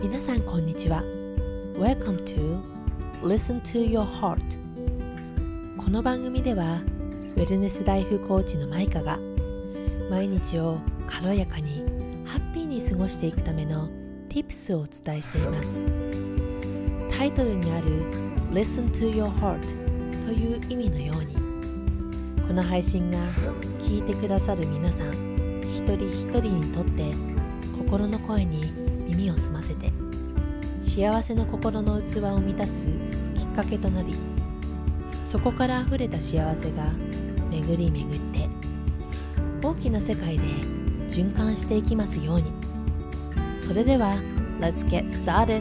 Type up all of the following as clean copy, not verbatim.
皆さんこんにちは。 Welcome to Listen to Your Heart。 この番組ではウェルネスライフコーチのマイカが毎日を軽やかにハッピーに過ごしていくための Tips をお伝えしています。タイトルにある Listen to Your Heart という意味のように、この配信が聞いてくださる皆さん一人一人にとって心の声に耳を澄ませて、幸せの心の器を満たすきっかけとなり、そこからあふれた幸せが巡り巡って大きな世界で循環していきますように。それでは Let's get started。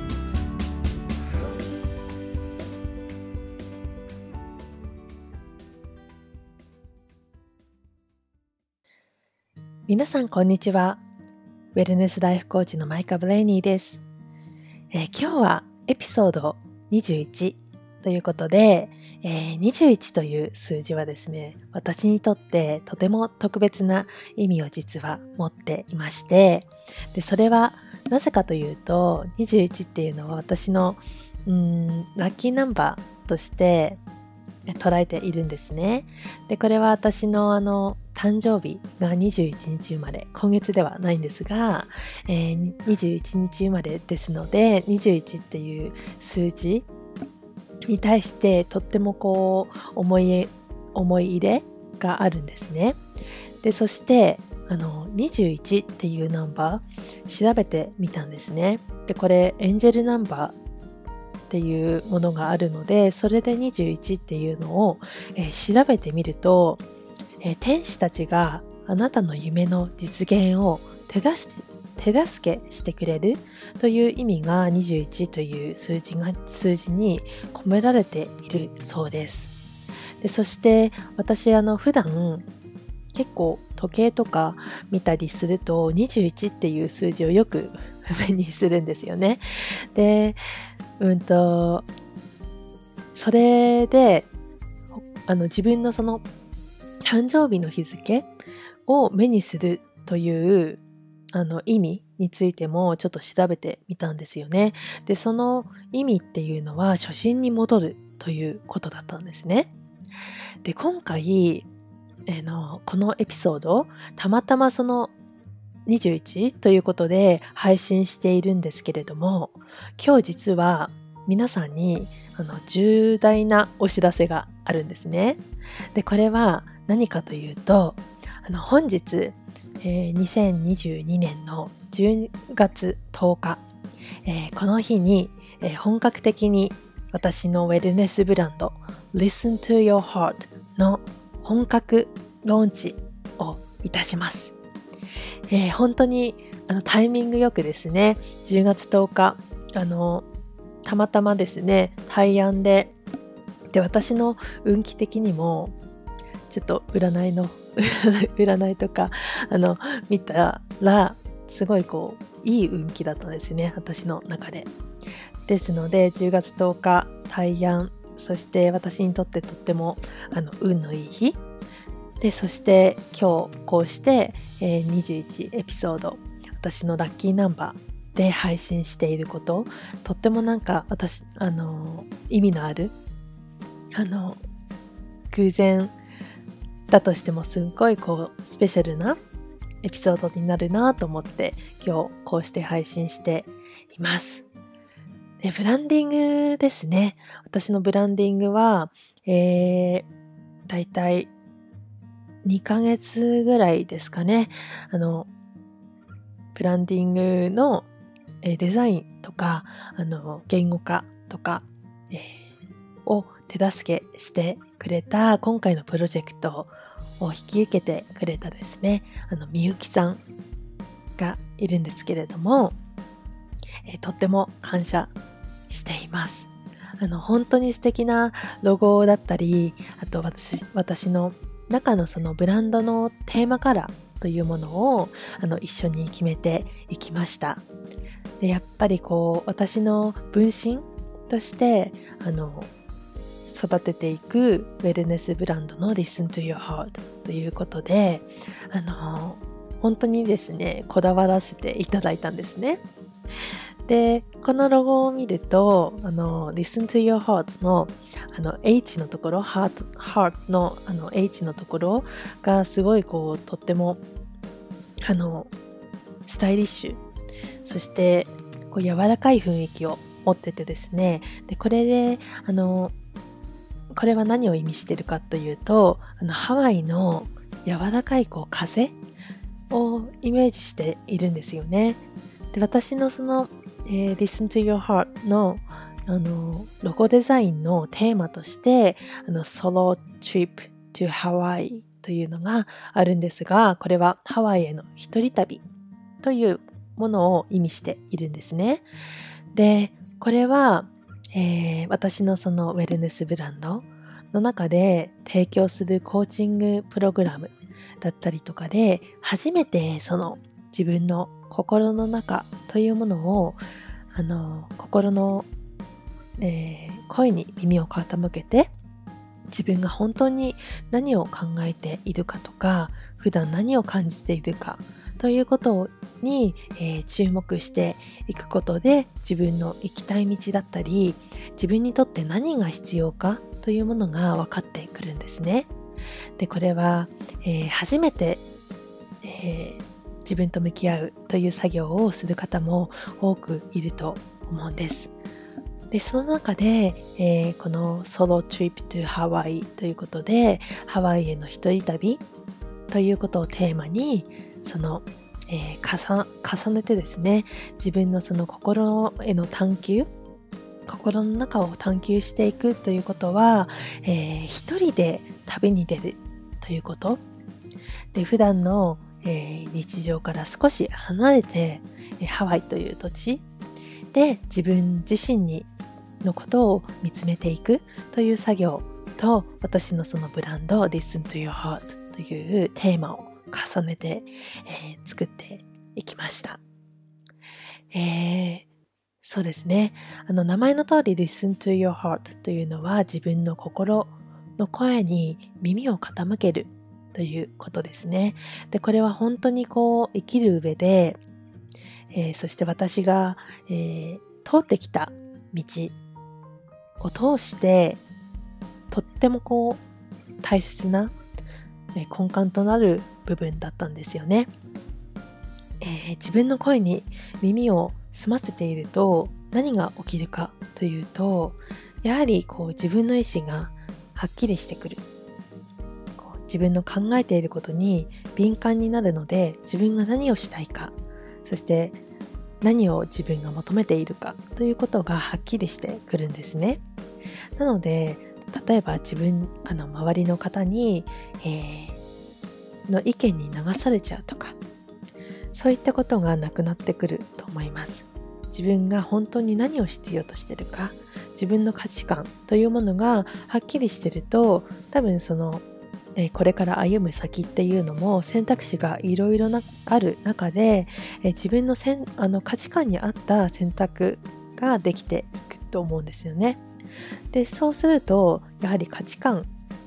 皆さんこんにちは。ウェルネスライフコーチのマイカ・ブレイニーです。今日はエピソード21ということで、21という数字はですね、私にとってとても特別な意味を実は持っていまして、でそれはなぜかというと、21っていうのは私のラッキーナンバーとして捉えているんですね。でこれは私の誕生日が21日生まれ、今月ではないんですが、21日生まれですので、21っていう数字に対してとっても思い入れがあるんですね。でそして21っていうナンバー調べてみたんですね。でこれエンジェルナンバーっていうものがあるので、それで21っていうのを、調べてみると、天使たちがあなたの夢の実現を手助けしてくれるという意味が21という数字に込められているそうです。でそして私普段結構時計とか見たりすると21っていう数字をよく目にするんですよね。でそれで自分のその誕生日の日付を目にするという意味についてもちょっと調べてみたんですよね。でその意味っていうのは初心に戻るということだったんですね。で今回このエピソード、たまたまその21ということで配信しているんですけれども、今日実は皆さんに重大なお知らせがあるんですね。でこれは何かというと、本日、2022年の10月10日、この日に、本格的に私のウェルネスブランド Listen to Your Heart の本格ローンチをいたします。本当にタイミングよくですね、10月10日たまたまですね、大安で私の運気的にもちょっと占いとか見たらすごいいい運気だったんですね、私の中で。ですので10月10日大安、そして私にとってとっても運のいい日で、そして今日こうして、21エピソード、私のラッキーナンバーで配信していること、とっても私意味のある偶然だとしてもすっごいスペシャルなエピソードになるなと思って今日こうして配信しています。でブランディングですね。私のブランディングは、だいたい2ヶ月ぐらいですかね。ブランディングのデザインとか言語化とか、を手助けしてくれた今回のプロジェクトを引き受けてくれたですね、みゆきさんがいるんですけれども、とっても感謝しています。本当に素敵なロゴだったり、あと私の中のそのブランドのテーマカラーというものを一緒に決めていきました。でやっぱり私の分身として育てていくウェルネスブランドの Listen to Your Heart ということで本当にですねこだわらせていただいたんですね。 で、このロゴを見ると、Listen to your heart のH のところ、heart のH のところがすごいとってもスタイリッシュ、そして柔らかい雰囲気を持っててですね、でこれでこれは何を意味しているかというと、ハワイの柔らかい風をイメージしているんですよね。で、私のListen to Your Heart のロゴデザインのテーマとしてSolo Trip to Hawaii というのがあるんですが、これはハワイへの一人旅というものを意味しているんですね。で、これは、私のそのウェルネスブランドの中で提供するコーチングプログラムだったりとかで、初めてその自分の心の中というものを心の、声に耳を傾けて、自分が本当に何を考えているかとか、普段何を感じているかということに、注目していくことで、自分の行きたい道だったり、自分にとって何が必要かというものが分かってくるんですね。で、これは、初めて、自分と向き合うという作業をする方も多くいると思うんです。で、その中で、この Solo Trip to Hawaii ということで、ハワイへの一人旅ということをテーマに、重ねてですね、自分のその心への探求、心の中を探求していくということは、一人で旅に出るということで、普段の、日常から少し離れて、ハワイという土地で自分自身のことを見つめていくという作業と、私のそのブランド Listen to Your Heart というテーマを重ねて、作っていきました。そうですね。名前の通り Listen to Your Heart というのは、自分の心の声に耳を傾けるということですね。で、これは本当に生きる上で、そして私が、通ってきた道を通して、とっても大切な、根幹となる部分だったんですよね。自分の声に耳を澄ませていると何が起きるかというと、やはり自分の意思がはっきりしてくる。自分の考えていることに敏感になるので、自分が何をしたいか、そして何を自分が求めているかということがはっきりしてくるんですね。なので、例えば周りの方に、の意見に流されちゃうとか、そういったことがなくなってくると思います。自分が本当に何を必要としているか、自分の価値観というものがはっきりしていると、多分これから歩む先っていうのも選択肢がいろいろある中で、自分の価値観に合った選択ができていくと思うんですよね。で、そうするとやはり価値観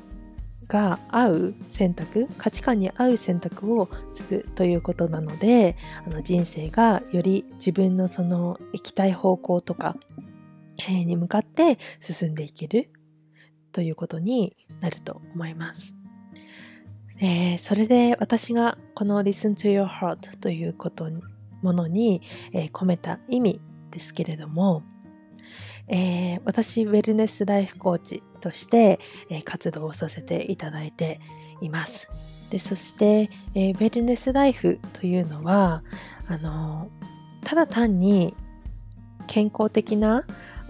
に合う選択をするということなので、人生がより自分の行きたい方向とかに向かって進んでいけるということになると思います。それで私がこの Listen to Your Heart というものに、込めた意味ですけれども、私ウェルネスライフコーチとして、活動をさせていただいています。で、そして、ウェルネスライフというのはただ単に健康的な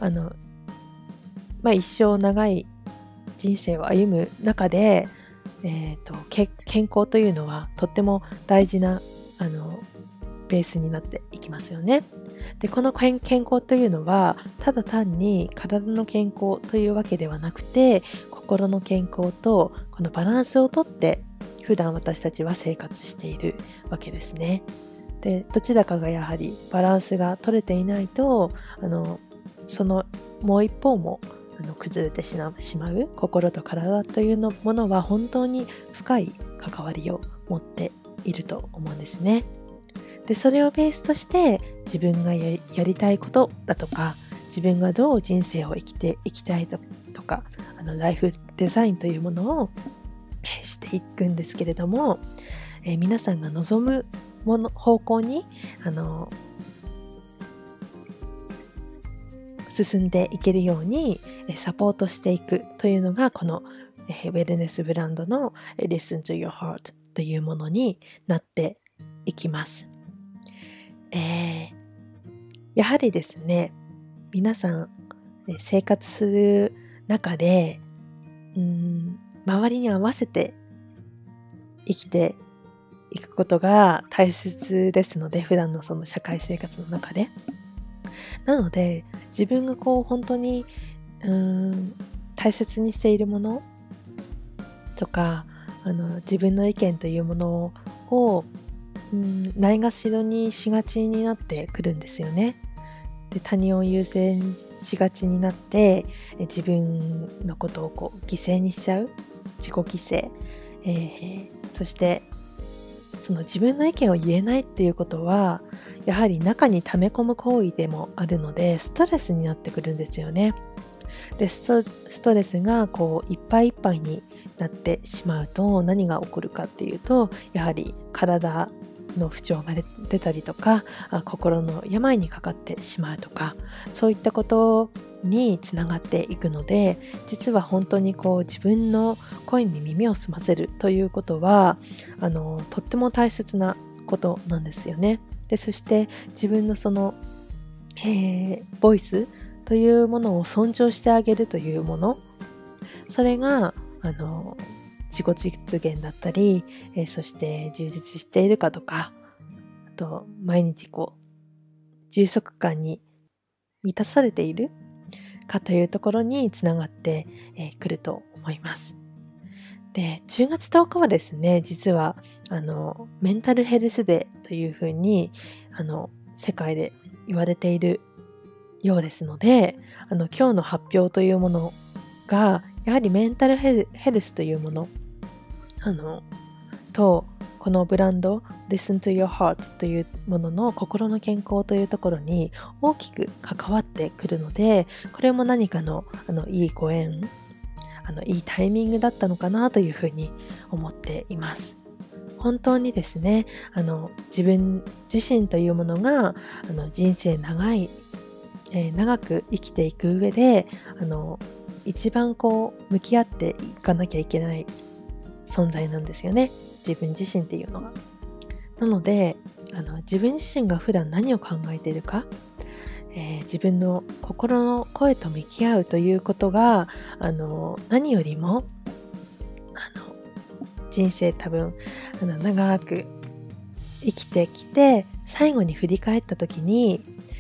一生長い人生を歩む中で、健康というのはとっても大事なベースになっていきますよね。で、この健康というのはただ単に体の健康というわけではなくて、心の健康とこのバランスをとって普段私たちは生活しているわけですね。で、どちらかがやはりバランスが取れていないと、そのもう一方も崩れてしまう心と体というものは本当に深い関わりを持っていると思うんですね。 でそれをベースとして自分がやりたいことだとか、自分がどう人生を生きたいとか、ライフデザインというものをしていくんですけれども、皆さんが望む方向に進んでいけるようにサポートしていくというのが、このウェルネスブランドの Listen to Your Heart というものになっていきます。やはりですね、皆さん生活する中で周りに合わせて生きていくことが大切ですので、普段のその社会生活の中で。なので自分が本当に大切にしているものとか、自分の意見というものをないがしろにしがちになってくるんですよね。で他人を優先しがちになって自分のことを犠牲にしちゃう、自己犠牲、そしてその自分の意見を言えないっていうことはやはり中に溜め込む行為でもあるので、ストレスになってくるんですよね。でストレスがいっぱいいっぱいになってしまうと何が起こるかっていうと、やはり体の不調が出たりとか、心の病にかかってしまうとか、そういったことにつながっていくので、実は本当に自分の声に耳を澄ませるということはとっても大切なことなんですよね。でそして自分のその、ボイスというものを尊重してあげるというもの、それが自己実現だったり、そして充実しているかとか、あと毎日充足感に満たされているかというところにつながってくると思います。で10月10日はですね、実はメンタルヘルスデーというふうに世界で言われているようですので、今日の発表というものがやはりメンタルヘルスというものと、このブランド Listen to Your Heart というものの心の健康というところに大きく関わってくるので、これも何かのいいご縁、いいタイミングだったのかなというふうに思っています。本当にですね、自分自身というものが人生長く生きていく上で一番向き合っていかなきゃいけない存在なんですよね、自分自身っていうのが。なので自分自身が普段何を考えているか、自分の心の声と向き合うということが何よりも人生多分長く生きてきて最後に振り返った時に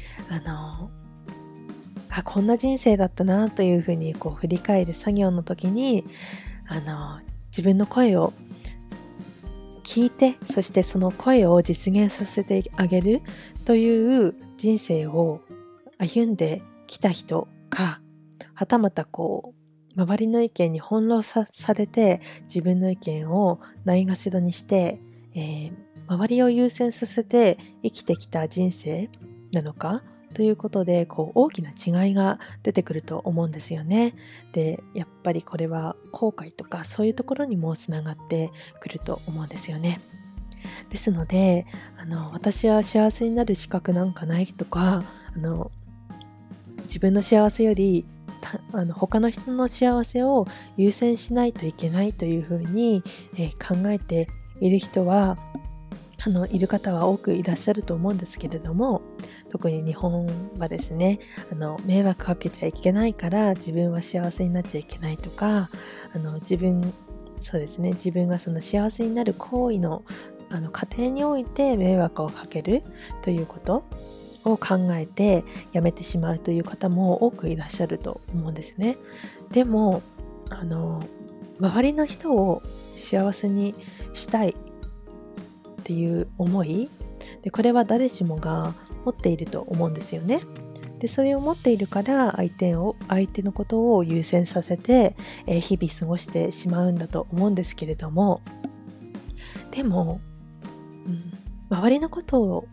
こんな人生だったなというふうに振り返る作業の時に自分の声を聞いて、そしてその声を実現させてあげるという人生を歩んできた人か、はたまた周りの意見に翻弄されて自分の意見をないがしろにして、周りを優先させて生きてきた人生なのかということで大きな違いが出てくると思うんですよね。でやっぱりこれは後悔とかそういうところにもつながってくると思うんですよね。ですので私は幸せになる資格なんかないとか自分の幸せより他の人の幸せを優先しないといけないというふうに、考えている人はいる方は多くいらっしゃると思うんですけれども、特に日本はですね迷惑かけちゃいけないから自分は幸せになっちゃいけないとか自分がその幸せになる行為の過程において迷惑をかけるということを考えてやめてしまうという方も多くいらっしゃると思うんですね。でも周りの人を幸せにしたいっていう思いで、これは誰しもが持っていると思うんですよね。でそれを持っているから相手のことを優先させて、日々過ごしてしまうんだと思うんですけれども、でも、周りのこと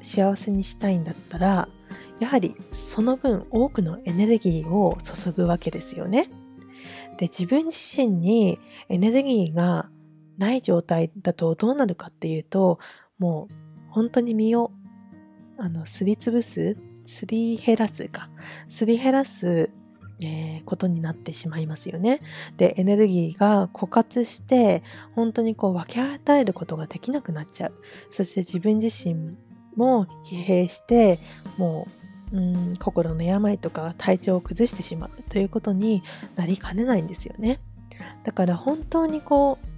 幸せにしたいんだったら、やはりその分多くのエネルギーを注ぐわけですよね。で、自分自身にエネルギーがない状態だとどうなるかっていうと、もう本当に身をすりつぶす、すり減らすか、すり減らす、ことになってしまいますよね。で、エネルギーが枯渇して、本当に分け与えることができなくなっちゃう。そして自分自身も疲弊して、もう、心の病とか体調を崩してしまうということになりかねないんですよね。だから本当に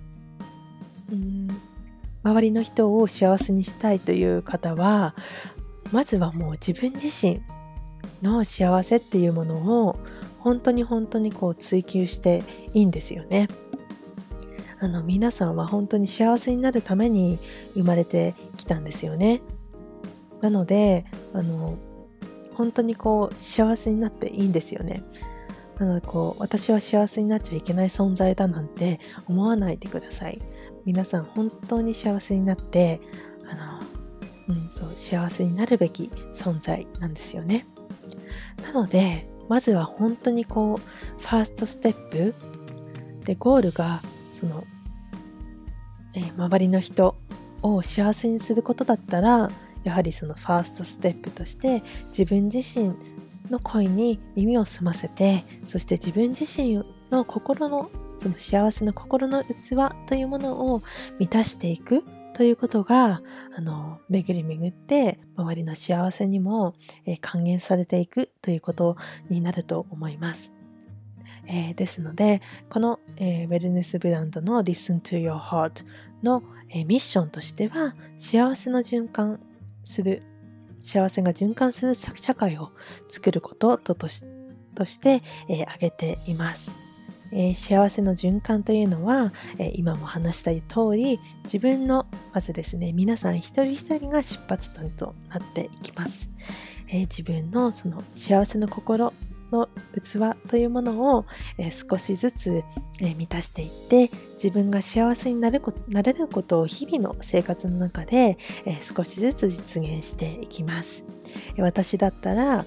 周りの人を幸せにしたいという方は、まずはもう自分自身の幸せっていうものを本当に追求していいんですよね。皆さんは本当に幸せになるために生まれてきたんですよね。なので本当に幸せになっていいんですよね。なので私は幸せになっちゃいけない存在だなんて思わないでください。皆さん本当に幸せになってそう幸せになるべき存在なんですよね。なのでまずは本当にファーストステップでゴールが周りの人を幸せにすることだったら、やはりそのファーストステップとして自分自身の声に耳を澄ませて、そして自分自身の心のその幸せの心の器というものを満たしていくということが巡り巡って周りの幸せにも、還元されていくということになると思います。ですのでこの、ウェルネスブランドの Listen to Your Heart の、ミッションとしては幸せが循環する社会を作ることとして、挙げています。幸せの循環というのは、今も話した通り自分のまずですね、皆さん一人一人が出発点となっていきます。自分のその幸せの心の器というものを、少しずつ、満たしていって自分が幸せになれることを日々の生活の中で、少しずつ実現していきます。私だったら、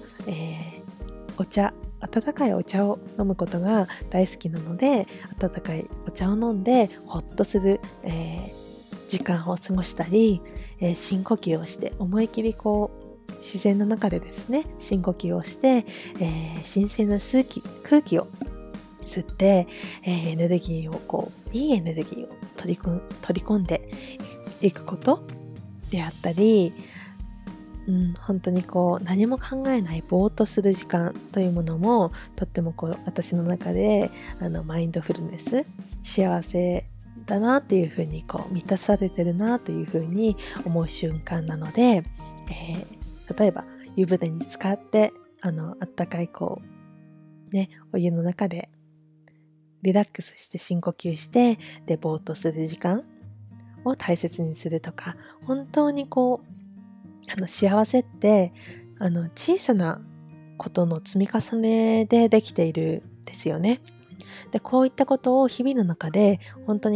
温かいお茶を飲むことが大好きなので、温かいお茶を飲んでほっとする、時間を過ごしたり、深呼吸をして思い切り自然の中でですね深呼吸をして、新鮮な空気を吸って、エネルギーをいいエネルギーを取り込んでいくことであったり、本当に何も考えないぼーっとする時間というものもとっても私の中でマインドフルネス、幸せだなっていうふうに満たされてるなというふうに思う瞬間なので、例えば湯船に浸かってあったかいお湯の中でリラックスして深呼吸してでぼーっとする時間を大切にするとか、本当に幸せって小さなことの積み重ねでできているんですよね。でこういったことを日々の中で本当に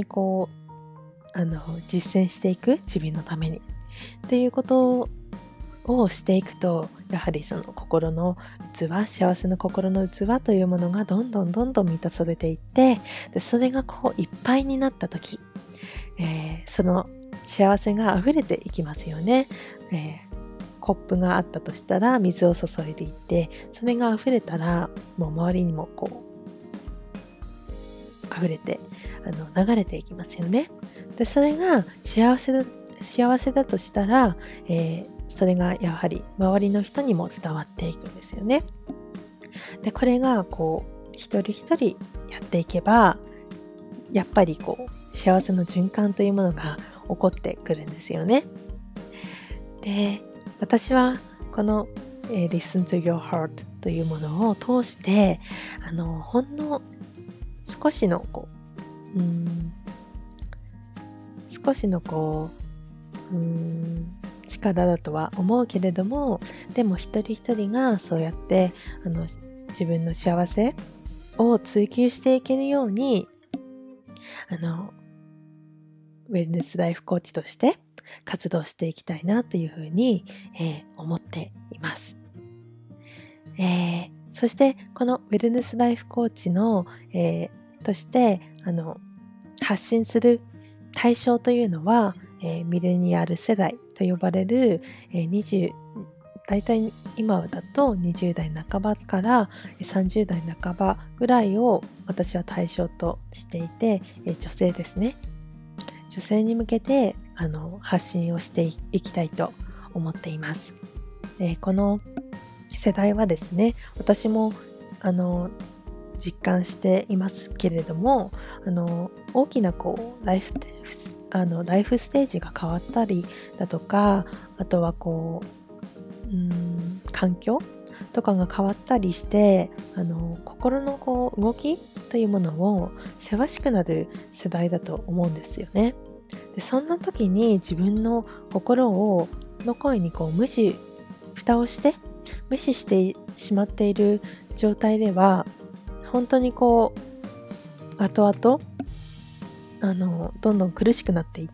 実践していく、自分のためにっていうことをしていくと、やはりその心の器、幸せの心の器というものがどんどん満たされていって、でそれがいっぱいになった時、その幸せが溢れていきますよね。コップがあったとしたら水を注いでいって、それが溢れたらもう周りにも溢れて流れていきますよね。でそれが幸せだとしたら、それがやはり周りの人にも伝わっていくんですよね。でこれが一人一人やっていけば、やっぱり幸せの循環というものが起こってくるんですよね。で私はこの、Listen to Your Heart というものを通してほんの少しの力だとは思うけれども、でも一人一人がそうやって自分の幸せを追求していけるようにウェルネスライフコーチとして活動していきたいなというふうに、思っています。そしてこのウェルネスライフコーチの、として発信する対象というのは、ミレニアル世代と呼ばれる、大体今だと20代半ばから30代半ばぐらいを私は対象としていて、女性ですね。女性に向けて発信をしていきたいと思っています。この世代はですね、私も実感していますけれども、大きなライフステージが変わったりだとか、あとは環境とかが変わったりして、心の動きというものをせわしくなる世代だと思うんですよね。でそんな時に自分の心の声に蓋をして無視してしまっている状態では、本当に後々どんどん苦しくなっていって、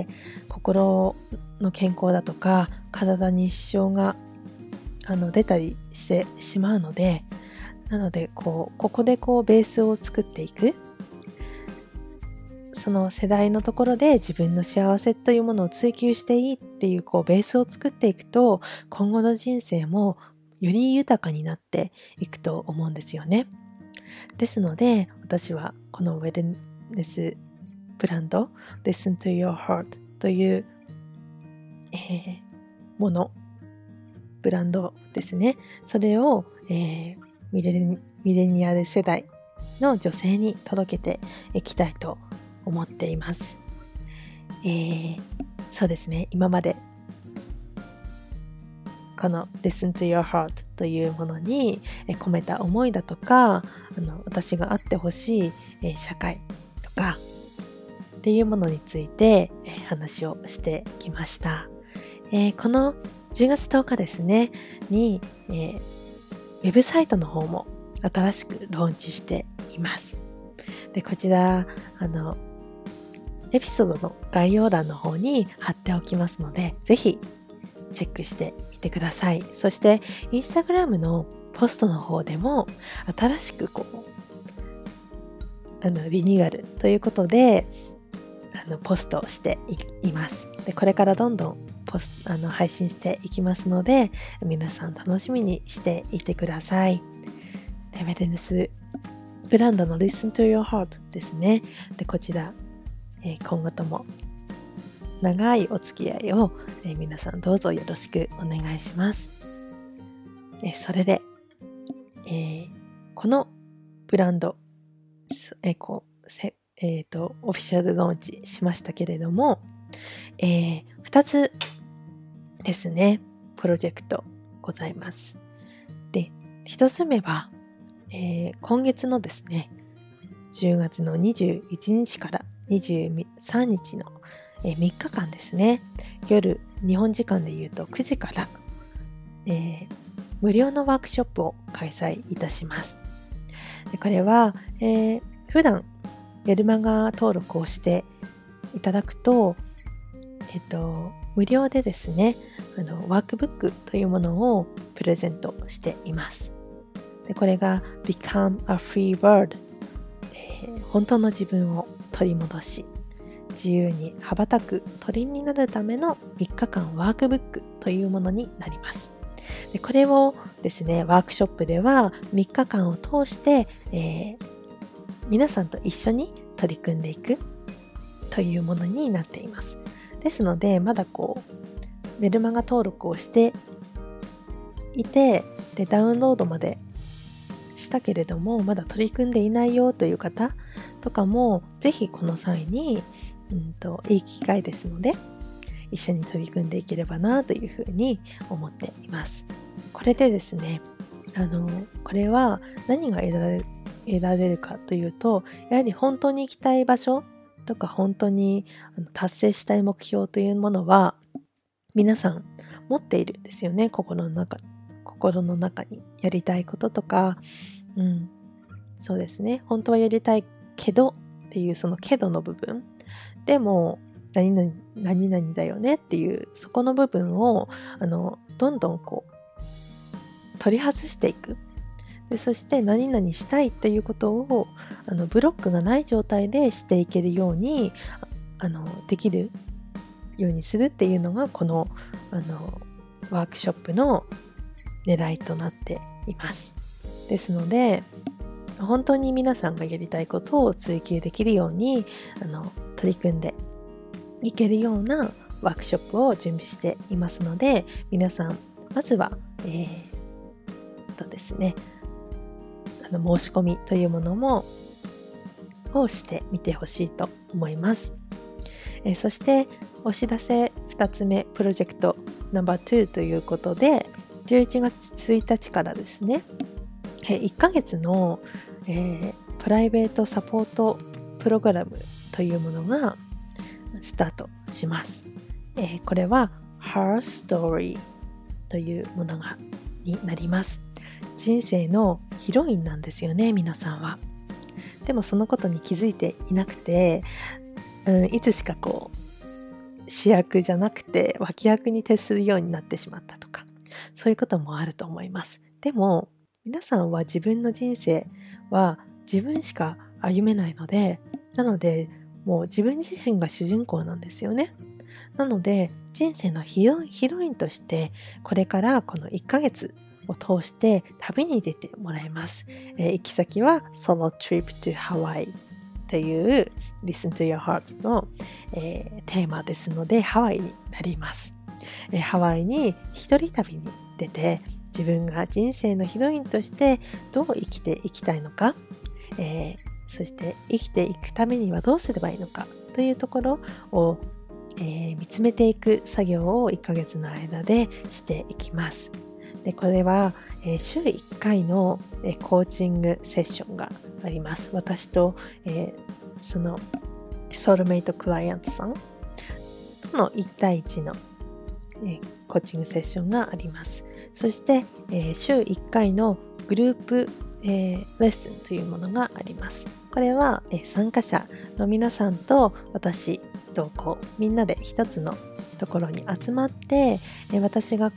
心の健康だとか体に支障が出たりしてしまうので、なのでここでベースを作っていく、その世代のところで自分の幸せというものを追求していいっていうベースを作っていくと、今後の人生もより豊かになっていくと思うんですよね。ですので私はこのウェルネスブランド Listen to Your Heart という、ブランドですね。それを、ミレニアル世代の女性に届けていきたいと思っています。そうですね。今までこの Listen to Your Heart というものに込めた思いだとか、私があってほしい社会とかっていうものについて話をしてきました。この10月10日ですねに、ウェブサイトの方も新しくローンチしています。でこちらエピソードの概要欄の方に貼っておきますので、ぜひチェックしてみてください。そしてインスタグラムのポストの方でも新しくリニューアルということでポストをしています。でこれからどんどん配信していきますので、皆さん楽しみにしていてください。でウェルネスブランドの Listen to Your Heart ですね。でこちら、今後とも長いお付き合いを、皆さんどうぞよろしくお願いします。それで、このブランド、オフィシャルローンチしましたけれども、2つですね、プロジェクトございます。で、1つ目は、今月のですね、10月の21日から23日の3日間ですね、夜、日本時間でいうと9時から、無料のワークショップを開催いたします。でこれは、普段メルマガ登録をしていただくと、無料でですね、ワークブックというものをプレゼントしています。でこれが Become a Free Bird、本当の自分を取り戻し、自由に羽ばたく鳥になるための3日間ワークブックというものになります。でこれをですね、ワークショップでは3日間を通して、皆さんと一緒に取り組んでいくというものになっています。ですので、まだメルマガ登録をしていて、でダウンロードまでしたけれどもまだ取り組んでいないよという方とかも、ぜひこの際にいい機会ですので一緒に取り組んでいければなというふうに思っています。これでですね、これは何が得られるかというと、やはり本当に行きたい場所とか本当に達成したい目標というものは皆さん持っているんですよね。心の中にやりたいこととか、そうですね、本当はやりたいけどっていうそのけどの部分でも何々だよねっていうそこの部分をどんどん取り外していく。でそして何々したいっていうことをブロックがない状態でしていけるようにできるようにするっていうのがこのワークショップの狙いとなっています。ですので本当に皆さんがやりたいことを追求できるように取り組んでいけるようなワークショップを準備していますので、皆さんまずはですね申し込みというものをしてみてほしいと思います。そしてお知らせ2つ目、プロジェクトナンバー2ということで、11月1日からですね1ヶ月の、プライベートサポートプログラムというものがスタートします。これは Her Story というものになります。人生のヒロインなんですよね、皆さんは。でもそのことに気づいていなくて、いつしか主役じゃなくて脇役に徹するようになってしまったとか、そういうこともあると思います。でも皆さんは自分の人生は自分しか歩めないので、なのでもう自分自身が主人公なんですよね。なので人生のヒロインとしてこれからこの1ヶ月を通して旅に出てもらいます。行き先は Solo Trip to Hawaii という Listen to Your Heart の、テーマですのでハワイになります。ハワイに一人旅に出て自分が人生のヒロインとしてどう生きていきたいのか、そして生きていくためにはどうすればいいのかというところを、見つめていく作業を1ヶ月の間でしていきます。でこれは、週1回の、コーチングセッションがあります。私と、そのソウルメイトクライアントさんとの1対1の、コーチングセッションがあります。そして、週1回のグループ、レッスンというものがあります。これは、参加者の皆さんと私とみんなで一つのところに集まって、私が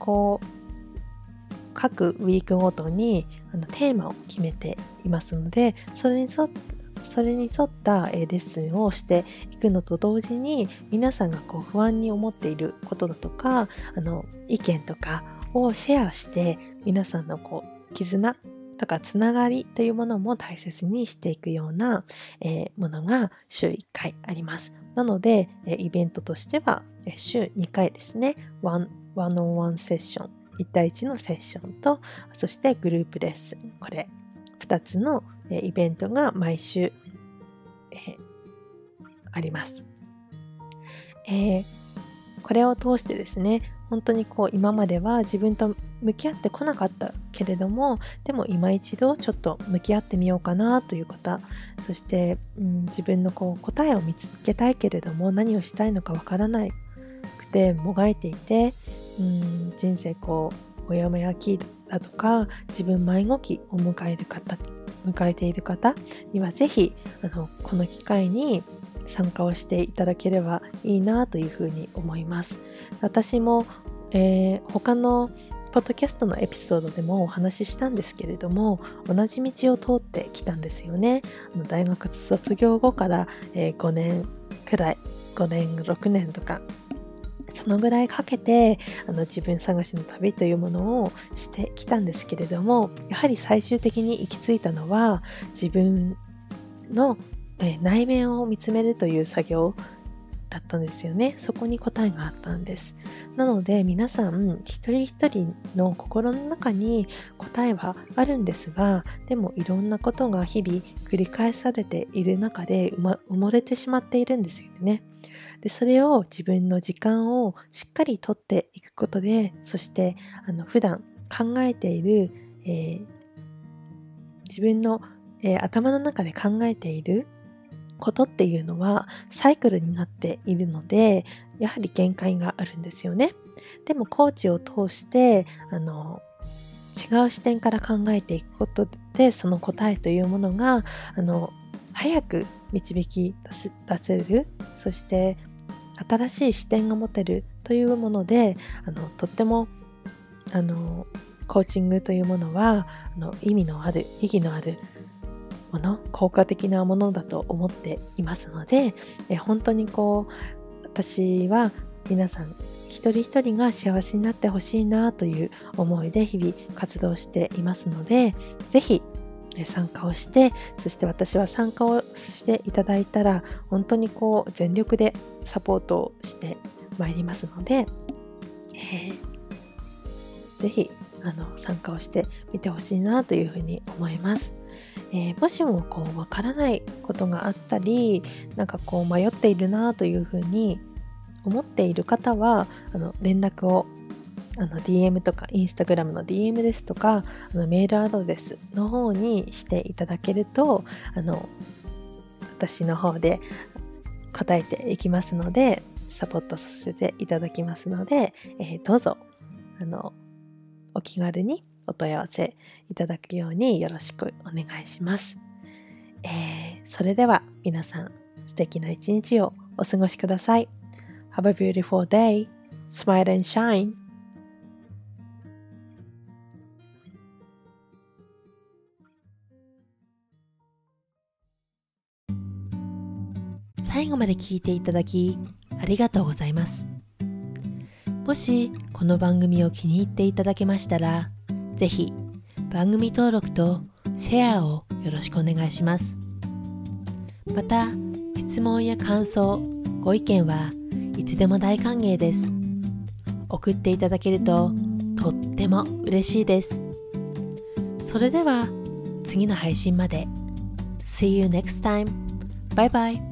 各ウィークごとにテーマを決めていますので、それに沿ったレッスンをしていくのと同時に、皆さんが不安に思っていることだとか意見とかをシェアして、皆さんの絆とかつながりというものも大切にしていくような、ものが週1回あります。なので、イベントとしては週2回ですね。ワンオンワンセッション、1対1のセッションと、そしてグループレッスン、これ2つのイベントが毎週、あります。これを通してですね、本当に今までは自分と向き合ってこなかったけれども、でも今一度ちょっと向き合ってみようかなという方、そして、自分の答えを見つけたいけれども何をしたいのかわからなくてもがいていて、人生もやもや期だとか自分迷子期を迎えている方にはぜひこの機会に参加をしていただければいいなというふうに思います。私も、他のポッドキャストのエピソードでもお話ししたんですけれども、同じ道を通ってきたんですよね。大学卒業後から、5年くらい、5年6年とかそのぐらいかけて自分探しの旅というものをしてきたんですけれども、やはり最終的に行き着いたのは自分の内面を見つめるという作業だったんですよね。そこに答えがあったんです。なので皆さん一人一人の心の中に答えはあるんですが、でもいろんなことが日々繰り返されている中で埋もれてしまっているんですよね。でそれを自分の時間をしっかりとっていくことで、そして普段考えている、自分の、頭の中で考えていることっていうのはサイクルになっているので、やはり限界があるんですよね。でもコーチを通して違う視点から考えていくことで、その答えというものが早く導き出せる、そして新しい視点が持てるというもので、とってもコーチングというものは意義のあるもの、効果的なものだと思っていますので、本当に私は皆さん一人一人が幸せになってほしいなという思いで日々活動していますので、ぜひ参加をして、そして私は参加をしていただいたら本当に全力でサポートをしてまいりますので、ぜひ参加をしてみてほしいなというふうに思います。もしもわからないことがあったり、迷っているなというふうに思っている方は連絡をDM とかインスタグラムの DM ですとかメールアドレスの方にしていただけると私の方で答えていきますので、サポートさせていただきますので、どうぞお気軽にお問い合わせいただくようによろしくお願いします。それでは皆さん素敵な一日をお過ごしください。Have a beautiful day. Smile and shine. 最後まで聞いていただきありがとうございます。もしこの番組を気に入っていただけましたら、ぜひ番組登録とシェアをよろしくお願いします。また、質問や感想、ご意見はいつでも大歓迎です。送っていただけるととっても嬉しいです。それでは次の配信まで。See you next time. Bye bye.